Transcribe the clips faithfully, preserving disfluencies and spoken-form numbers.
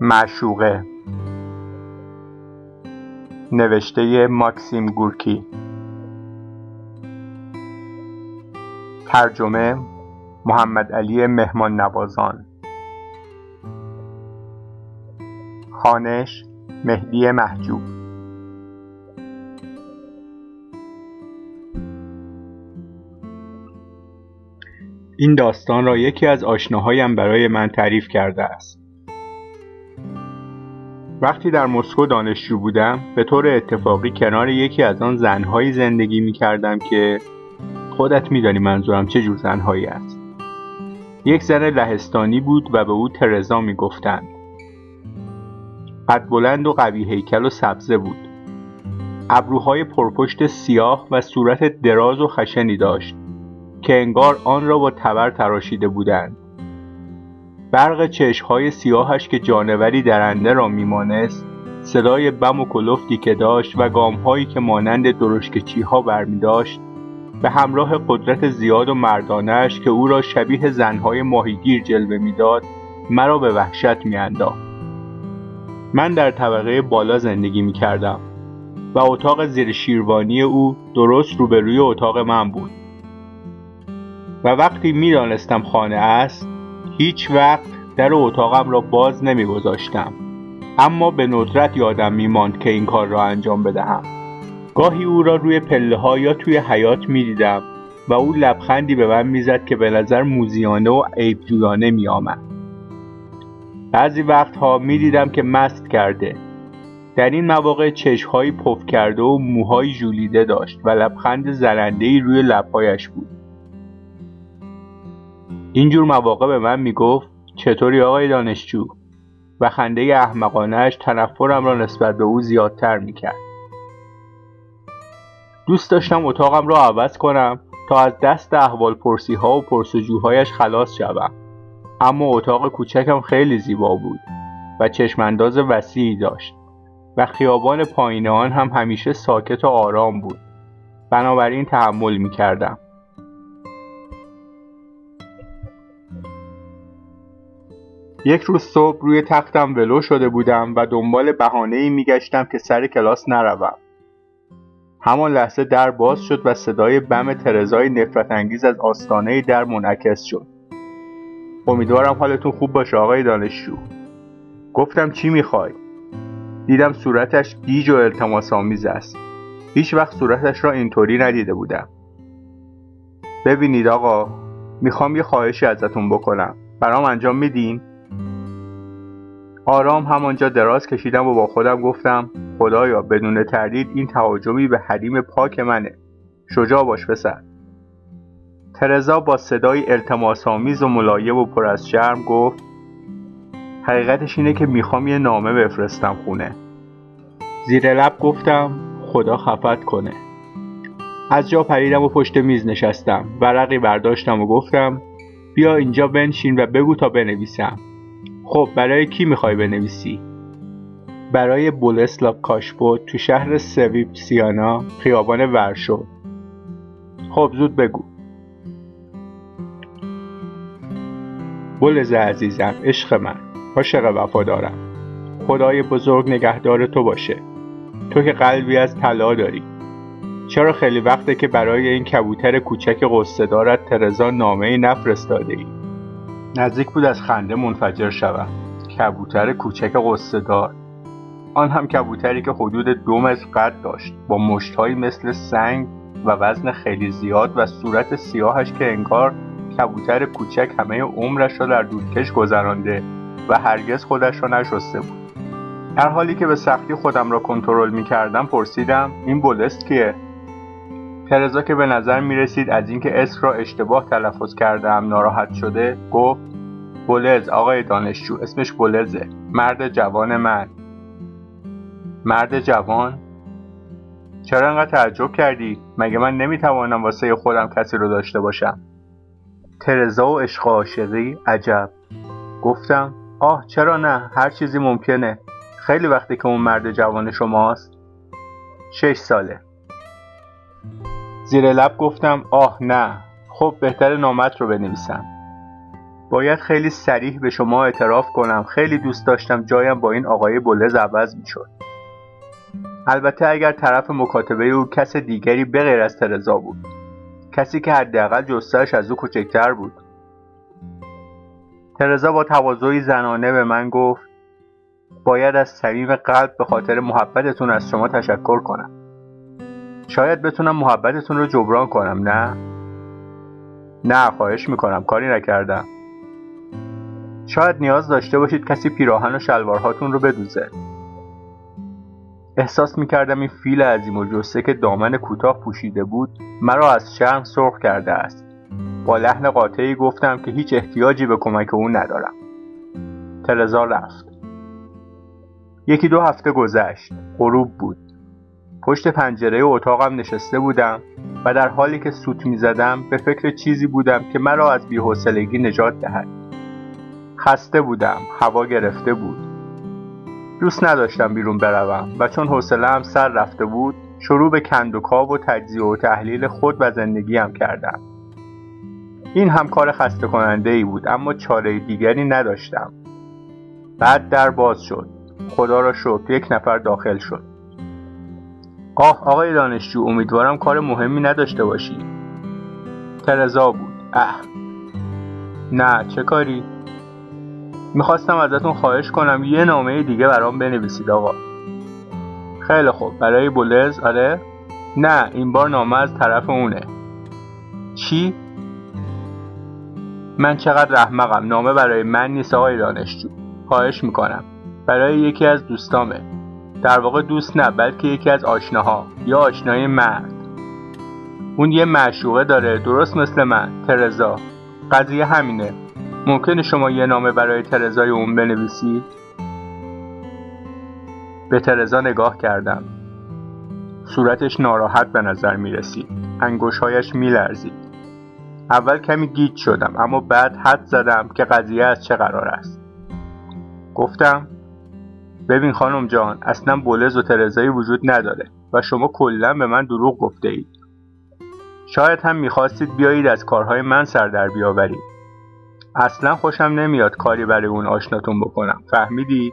معشوقه، نوشته ماکسیم گورکی، ترجمه محمد علی مهمان نوازان، خوانش مهدی محجوب. این داستان را یکی از آشناهایم برای من تعریف کرده است. وقتی در مسکو دانشجو بودم، به طور اتفاقی کنار یکی از آن زنهایی زندگی می کردم که خودت می دانی منظورم چه جور زنهایی است. یک زن لهستانی بود و به او ترزا می گفتند. قد بلند و قوی هیکل و سبزه بود. ابروهای پرپشت سیاه و صورت دراز و خشنی داشت که انگار آن را با تبر تراشیده بودند. برق چشم‌های سیاهش که جانوری درنده را می‌مانست، صدای بم و کلفتی که داشت و گام‌هایی که مانند درشکچی‌ها برمی‌داشت، به همراه قدرت زیاد و مردانه‌اش که او را شبیه زن‌های ماهیگیر جلوه می‌داد، مرا به وحشت می‌انداخت. من در طبقه بالا زندگی می‌کردم و اتاق زیر شیروانی او درست روبروی اتاق من بود. و وقتی می‌دانستم خانه است، هیچ وقت در اتاقم را باز نمی‌گذاشتم، اما به ندرت یادم می‌ماند که این کار را انجام بدهم. گاهی او را روی پله‌ها یا توی حیاط می‌دیدم و او لبخندی به من می‌زد که به نظر موذیانه و عیب‌جویانه می‌آمد. بعضی وقتها می‌دیدم که مست کرده. در این مواقع چشم‌هایی پف کرده و موهای ژولیده داشت و لبخند زننده‌ای روی لب‌هایش بود. اینجور مواقع به من میگفت چطوری آقای دانشجو؟ و خنده احمقانه‌اش تنفرم را نسبت به او زیادتر میکرد. دوست داشتم اتاقم را عوض کنم تا از دست احوال پرسی ها و پرسجوهایش خلاص شوم، اما اتاق کوچکم خیلی زیبا بود و چشمانداز وسیعی داشت و خیابان پایین آن هم همیشه ساکت و آرام بود، بنابراین تحمل میکردم. یک روز صبح روی تختم ولو شده بودم و دنبال بهانه‌ای میگشتم که سر کلاس نروم. همان لحظه در باز شد و صدای بم ترزای نفرت انگیز از آستانه در منعکس شد. امیدوارم حالتون خوب باشه آقای دانشجو. گفتم چی میخوای؟ دیدم صورتش گیج و التماس آمیز است. هیچ وقت صورتش را اینطوری ندیده بودم. ببینید آقا، میخوام یه خواهشی ازتون بکنم. برام انجام میدین؟ آرام همانجا دراز کشیدم و با خودم گفتم خدایا بدون تردید این تهاجمی به حریم پاک منه. شجاع باش پسر. ترزا با صدای التماس‌آمیز و ملایم و پر از شرم گفت حقیقتش اینه که میخوام یه نامه بفرستم خونه. زیر لب گفتم خدا خفت کنه. از جا پریدم و پشت میز نشستم. ورقی برداشتم و گفتم بیا اینجا بنشین و بگو تا بنویسم. خب برای کی میخوای بنویسی؟ برای بولسلاو کاشپوت تو شهر سویپسیانا، خیابان ورشو. خب زود بگو. بولز عزیزم، عشق من، عاشق وفادارم، خدای بزرگ نگهدار تو باشه. تو که قلبی از طلا داری. چرا خیلی وقته که برای این کبوتر کوچک قصه‌دارت ترزا نامه‌ای نفرستاده ای؟ نزدیک بود از خنده منفجر شوم. کبوتر کوچک قصه‌دار، آن هم کبوتری که حدود دو متر قد داشت، با مشت‌هایی مثل سنگ و وزن خیلی زیاد و صورت سیاهش که انگار کبوتر کوچک همه عمرش را در دودکش گذرانده و هرگز خودش را نشسته بود. در حالی که به سختی خودم را کنترل می‌کردم پرسیدم این بولس کیه؟ ترزا که به نظر می‌رسید از اینکه اسم را اشتباه تلفظ کردم ناراحت شده گفت بولز آقای دانشجو، اسمش بولزه، مرد جوان من. مرد جوان؟ چرا انقدر تعجب کردی؟ مگه من نمیتوانم واسه خودم کسی رو داشته باشم؟ ترزا و عشق و عاشقی؟ عجب. گفتم آه چرا نه، هر چیزی ممکنه. خیلی وقتی که اون مرد جوان شماست؟ شش ساله. زیر لب گفتم آه نه. خب بهتر نامت رو بنویسم. باید خیلی صریح به شما اعتراف کنم خیلی دوست داشتم جایم با این آقای بولز عوض میشد. البته اگر طرف مکاتبه او کس دیگری به غیر از ترزا بود، کسی که حداقل جثه‌اش از او کوچکتر بود. ترزا با تواضعی زنانه به من گفت باید از صمیم قلب به خاطر محبتتون از شما تشکر کنم. شاید بتونم محبتتون رو جبران کنم، نه؟ نه خواهش میکنم، کاری نکردم. شاید نیاز داشته باشید کسی پیراهن و شلوارهاتون رو بدوزه. احساس میکردم این فیل عظیم و جثه که دامن کوتاه پوشیده بود مرا از شرم سرخ کرده است. با لحن قاطعی گفتم که هیچ احتیاجی به کمک او ندارم. ترزا رفت. یکی دو هفته گذشت. غروب بود. پشت پنجره اتاقم نشسته بودم و در حالی که سوت می‌زدم به فکر چیزی بودم که مرا از بی‌حوصلگی نجات دهد. خسته بودم، هوا گرفته بود. دوست نداشتم بیرون بروم و چون حوصله‌ام سر رفته بود، شروع به کندوکاو و تجزیه و تحلیل خود و زندگی‌ام کردم. این هم کار خسته کننده‌ای بود، اما چاره دیگری نداشتم. بعد در باز شد. خدا را شکر یک نفر داخل شد. آه آقای دانشجو، امیدوارم کار مهمی نداشته باشی. ترزا بود. اه نه، چه کاری؟ میخواستم ازتون خواهش کنم یه نامه دیگه برام بنویسید آقا. خیلی خوب، برای بولز؟ آره؟ نه، این بار نامه از طرف اونه. چی؟ من چقدر احمقم، نامه برای من نیست آقای دانشجو. خواهش میکنم، برای یکی از دوستامه. در واقع دوست نه، بلکه یکی از آشناها، یا آشنای مرد. اون یه معشوقه داره، درست مثل من، ترزا. قضیه همینه. ممکنه شما یه نامه برای ترزای اون بنویسید؟ به ترزا نگاه کردم. صورتش ناراحت به نظر می رسید. انگشت‌هایش می لرزید. اول کمی گیج شدم، اما بعد حد زدم که قضیه از چه قرار است. گفتم ببین خانم جان، اصلا بولز و ترزایی وجود نداره و شما کلاً به من دروغ گفته اید. شاید هم میخواستید بیایید از کارهای من سر در بیاورید. اصلا خوشم نمیاد کاری برای اون آشناتون بکنم، فهمیدی؟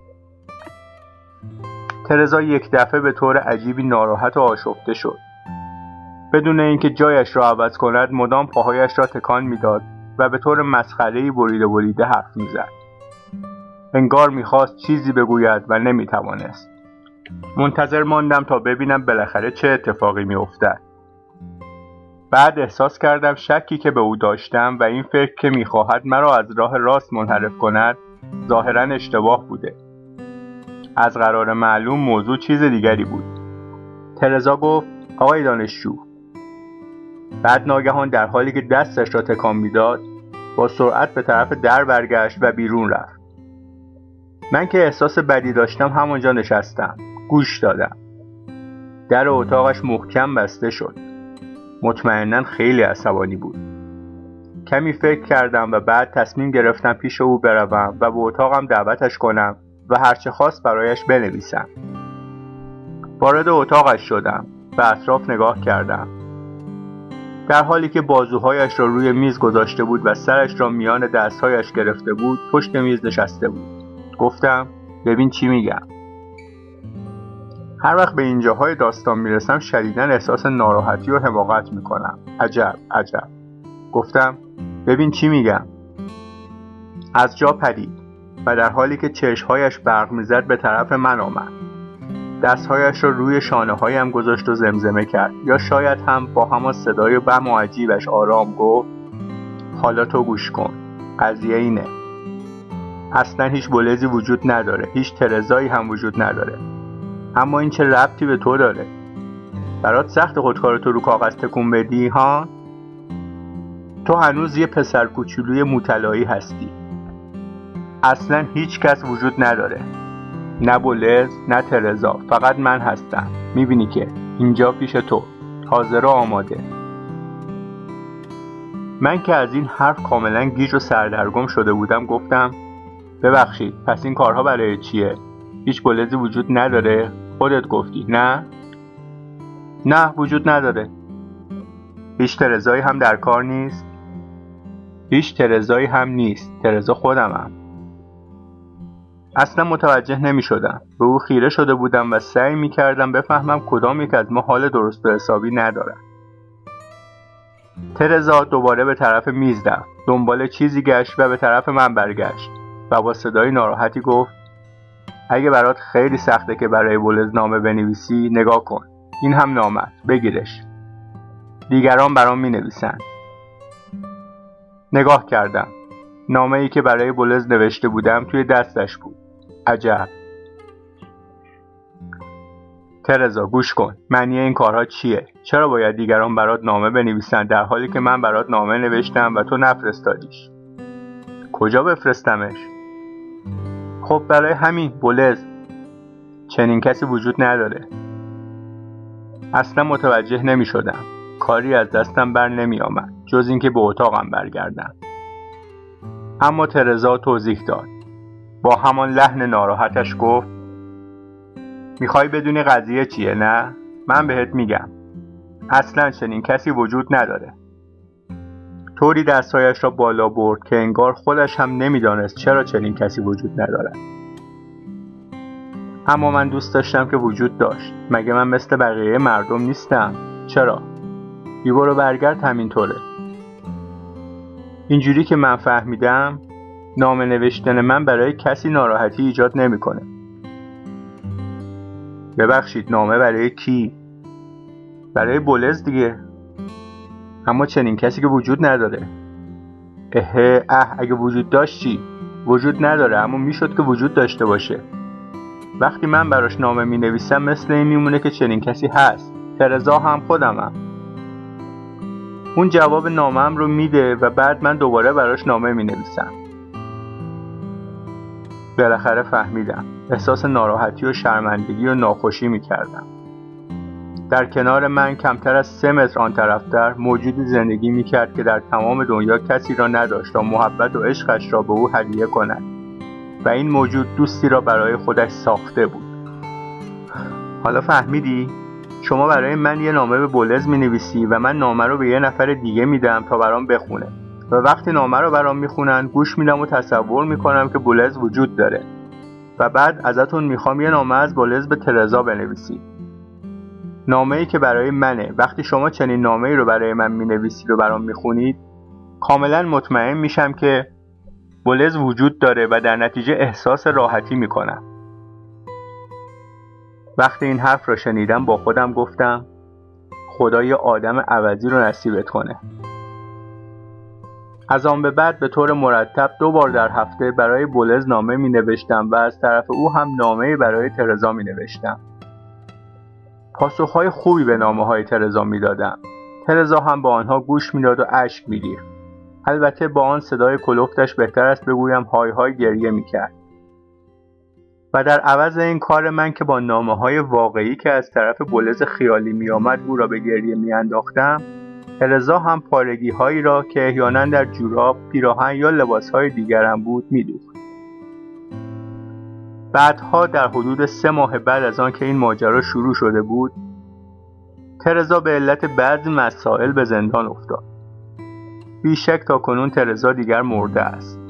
ترزا یک دفعه به طور عجیبی ناراحت و آشفته شد. بدون اینکه جایش را عوض کند مدام پاهایش را تکان میداد و به طور مسخره‌ای بریده بریده حرف میزد. انگار میخواست چیزی بگوید و نمیتوانست. منتظر ماندم تا ببینم بالاخره چه اتفاقی میافتد. بعد احساس کردم شکی که به او داشتم و این فکر که میخواهد مرا از راه راست منحرف کند ظاهراً اشتباه بوده. از قرار معلوم موضوع چیز دیگری بود. ترزا گفت آقای دانشجو. بعد ناگهان در حالی که دستش را تکان میداد با سرعت به طرف در برگشت و بیرون رفت. من که احساس بدی داشتم همونجا نشستم. گوش دادم. در اتاقش محکم بسته شد. مطمئناً خیلی عصبانی بود. کمی فکر کردم و بعد تصمیم گرفتم پیش او بروم و به اتاقم دعوتش کنم و هرچه خواست برایش بنویسم. وارد اتاقش شدم. به اطراف نگاه کردم. در حالی که بازوهایش را روی میز گذاشته بود و سرش را میان دستهایش گرفته بود پشت میز نشسته بود. گفتم ببین چی میگم. هر وقت به اینجاهای داستان میرسم شدیداً احساس ناراحتی و حماقت میکنم. عجب عجب. گفتم ببین چی میگم. از جا پرید و در حالی که چشمهایش برق میزد به طرف من آمد. دستهایش را روی شانه هایم گذاشت و زمزمه کرد، یا شاید هم با همان صدای بم و عجیبش آرام گفت حالا تو گوش کن. قضیه اینه. اصلا هیچ بولزی وجود نداره، هیچ ترزایی هم وجود نداره. اما این چه ربطی به تو داره؟ برات سخت خودکارتو رو کاغذ تکون بدی ها؟ تو هنوز یه پسر کوچولوی مطلعی هستی. اصلا هیچ کس وجود نداره. نه بولز نه ترزا، فقط من هستم. میبینی که اینجا پیش تو، حاضر و آماده. من که از این حرف کاملا گیج و سردرگم شده بودم گفتم ببخشید، پس این کارها برای چیه؟ هیچ بولزی وجود نداره؟ خودت گفتی، نه؟ نه وجود نداره. هیچ ترزایی هم در کار نیست؟ هیچ ترزایی هم نیست. ترزا خودمم. اصلا متوجه نمی شدم. به او خیره شده بودم و سعی می کردم بفهمم کدام یک از ما حال درست و حسابی ندارد. ترزا دوباره به طرف میز رفت. دنبال چیزی گشت و به طرف من برگشت و با صدای ناراحتی گفت اگه برات خیلی سخته که برای بولز نامه بنویسی، نگاه کن. این هم نامت. بگیرش. دیگران برام می نویسن. نگاه کردم. نامه ای که برای بولز نوشته بودم توی دستش بود. عجب. ترزا گوش کن. معنی این کارها چیه؟ چرا باید دیگران برات نامه بنویسن در حالی که من برات نامه نوشتم و تو نفرستادیش؟ کجا بفرستمش؟ خب برای همین بولز. چنین کسی وجود نداره. اصلا متوجه نمی شدم. کاری از دستم بر نمی آمد جز اینکه به اتاقم برگردم. اما ترزا توضیح داد. با همان لحن ناراحتش گفت میخوای بدونی قضیه چیه نه؟ من بهت میگم. اصلا چنین کسی وجود نداره. طوری دستایش را بالا برد که انگار خودش هم نمیدانست چرا چنین کسی وجود ندارد. اما من دوست داشتم که وجود داشت. مگه من مثل بقیه مردم نیستم؟ چرا؟ بی برو برگرد همینطوره. اینجوری که من فهمیدم نامه نوشتن من برای کسی ناراحتی ایجاد نمیکنه. ببخشید نامه برای کی؟ برای بولز دیگه. اما چنین کسی که وجود نداره. اهه اه اگه وجود داشت چی؟ وجود نداره اما میشد که وجود داشته باشه. وقتی من براش نامه می نویسم مثل این میمونه که چنین کسی هست. ترزا هم خودمم. اون جواب نامم رو میده و بعد من دوباره براش نامه می نویسم. بالاخره فهمیدم. احساس ناراحتی و شرمندگی و ناخوشی می کردم. در کنار من کمتر از سه متر آن طرفتر موجودی زندگی می کرد که در تمام دنیا کسی را نداشت تا محبت و عشقش را به او هدیه کند و این موجود دوستی را برای خودش ساخته بود. حالا فهمیدی؟ شما برای من یه نامه به بولز می نویسی و من نامه رو به یه نفر دیگه میدم تا برام بخونه و وقتی نامه رو برام میخونن گوش میدم و تصور میکنم که بولز وجود داره و بعد ازتون میخوام یه نامه از بولز به ترزا بنویسی. نامه‌ای که برای منه. وقتی شما چنین نامه‌ای رو برای من مینویسید و برام میخونید کاملا مطمئن میشم که بولز وجود داره و در نتیجه احساس راحتی میکنم. وقتی این حرف رو شنیدم با خودم گفتم خدا یه آدم عوضی رو نصیبت کنه. از آن به بعد به طور مرتب دو بار در هفته برای بولز نامه می نوشتم و از طرف او هم نامه‌ای برای ترزا می نوشتم. پاسخهای خوبی به نامه های ترزا می دادم. ترزا هم با آنها گوش می داد و اشک می ریخت. البته با آن صدای کلفتش بهتر است بگویم های های گریه می کرد. و در عوض این کار من که با نامه های واقعی که از طرف بولز خیالی می آمد او را به گریه می انداختم، ترزا هم پارگی هایی را که احیانا در جوراب، پیراهن یا لباس های دیگرم بود می دوخت. بعدها در حدود سه ماه بعد از آن که این ماجرا شروع شده بود، ترزا به علت بعضی مسائل به زندان افتاد. بیشک تا کنون ترزا دیگر مرده است.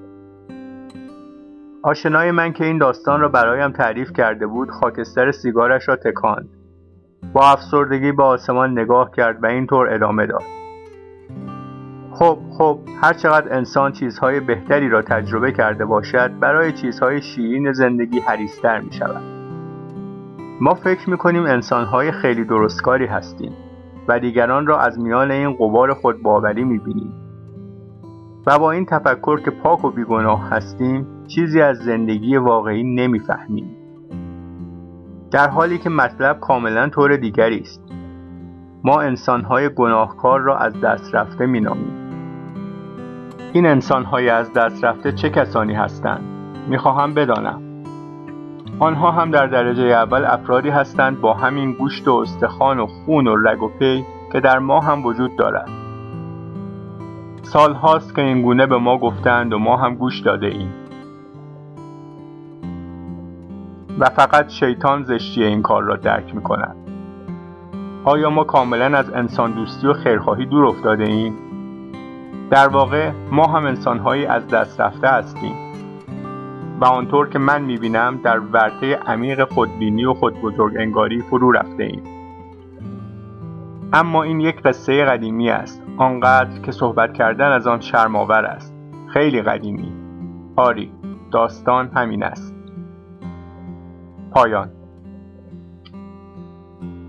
آشنای من که این داستان را برایم تعریف کرده بود خاکستر سیگارش را تکاند. با افسردگی به آسمان نگاه کرد و اینطور ادامه داد. خب خب هر چقدر انسان چیزهای بهتری را تجربه کرده باشد برای چیزهای شیرین زندگی حریص‌تر می شود. ما فکر می کنیم انسانهای خیلی درستکاری هستیم و دیگران را از میان این غبار خود باوری می بینیم و با این تفکر که پاک و بیگناه هستیم چیزی از زندگی واقعی نمی فهمیم، در حالی که مطلب کاملا طور دیگری است. ما انسانهای گناهکار را از دست رفته می نامیم. این انسانهای از دست رفته چه کسانی هستند؟ می خواهم بدانم. آنها هم در درجه اول افرادی هستند با همین گوشت و استخوان و خون و رگ و پی که در ما هم وجود دارد. سال هاست که این گونه به ما گفتند و ما هم گوش داده ایم. و فقط شیطان زشتی این کار را درک می کند. آیا ما کاملا از انسان دوستی و خیرخواهی دور افتاده ایم؟ در واقع ما هم انسان‌هایی از دست رفته هستیم و آنطور که من می‌بینم در ورطه عمیق خودبینی و خودبزرگ انگاری فرو رفته ایم. اما این یک قصه قدیمی است، آنقدر که صحبت کردن از آن شرم‌آور است. خیلی قدیمی. آری، داستان همین است. پایان.